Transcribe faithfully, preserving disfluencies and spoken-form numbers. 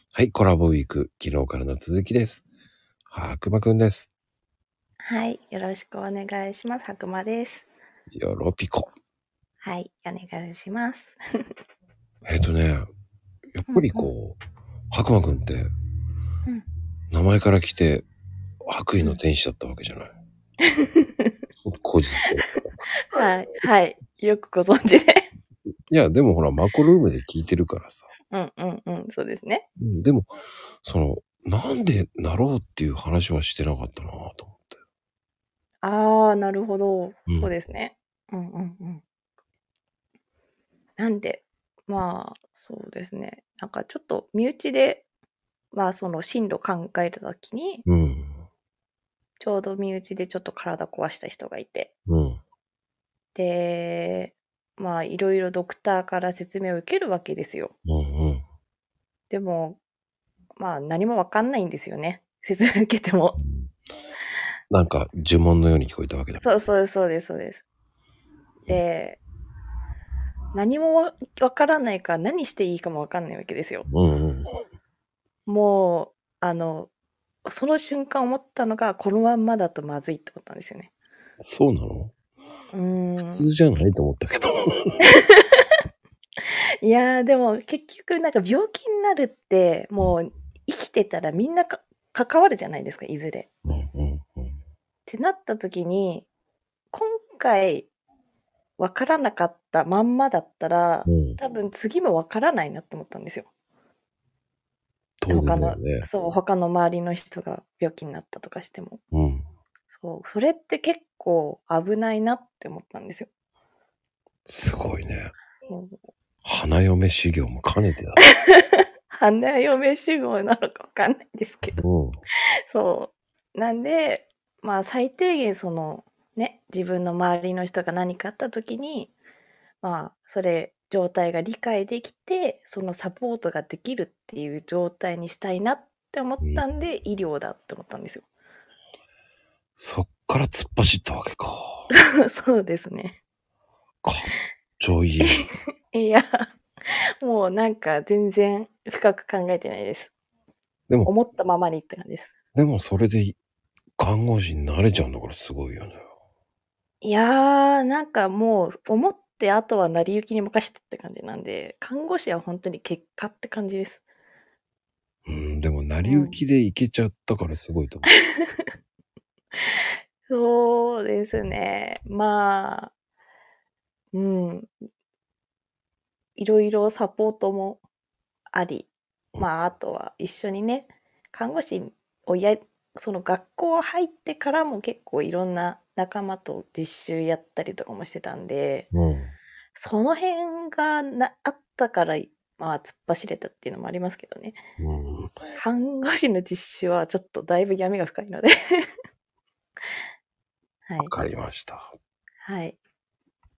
はい、コラボウィーク、昨日からの続きです。白馬くんです。 はい、よろしくお願いします。白馬です。 よろぴこ。 はい、お願いします。 えっとね、やっぱりうんうん。 こう、白馬くんって、 うん。 名前から来て、白衣うん。 の天使だったわけじゃない。後日で。 はい、はい、よくご存知で。 いや、でもほら、マコルームで聞いてるからさ。 うんうんうん、そうですね。 うん、でも、その、なんでなろうっていう話はしてなかったなぁと思って。 ああ、なるほど。 うん。 そうですね。うんうんうん。なんで、まあ、そうですね。なんかちょっと身内で、まあその進路考えたときに、 うん。 ちょうど身内でちょっと体壊した人がいて、 うん。 で、まあいろいろドクターから説明を受けるわけですよ。 うんうん。 でも、まあ、何もわかんないんですよね。説明受けても。 なんか、呪文のように聞こえたわけだ。 そうそうそうです、そうです。で、何もわわからないから何していいかもわかんないわけですよ。 うんうん。 もう、あの、その瞬間思ったのが、このまんまだとまずいって思ったんですよね。 そうなの？ うー普ん。 通じゃないと思ったけど。 いや、でも結局なんか病気になるって、もう生きてたらみんなか関わるじゃないですか、いずれ。 うんうんうん。 ってなった時に、今回わからなかったまんまだったら、 うん。 多分次もわからないなって思ったんですよ。 当然他のだよね。 そう、他の周りの人が病気になったとかしても。 うん。 そう、それって結構危ないなって思ったんですよ。 すごいね。 そう。 花嫁修行も兼ねてだ。 花嫁修行なのかわかんないですけど。 うん。 そう。なんで、まあ最低限その、ね、自分の周りの人が何かあった時に、まあ、それ、状態が理解できて、そのサポートができるっていう状態にしたいなって思っうん。 たんで、医療だって思ったんですよ。 そっから突っ走ったわけか。 そうですね。 かっちょいい。 いや、もうなんか全然深く考えてないです。 でも、 思ったままにって感じです。 でもそれで看護師になれちゃうんだからすごいよね。 いやー、なんかもう思ってあとは成り行きに任せてって感じなんで、看護師は本当に結果って感じです。 うん、でも成りうん。 行きでいけちゃったからすごいと思そうですね。まあ、うん。いろいろサポートもあり、 う。 まあ、あとは一緒にね、看護師をや、その学校入ってからも結構いろんな仲間と実習やったりとかもしてたんで、 うん。 その辺がなあったから、まあ、突っ走れたっていうのもありますけどね。 うん。わ看護師の実習はちょっとだいぶ闇が深いので。はい。 かりました。 はい。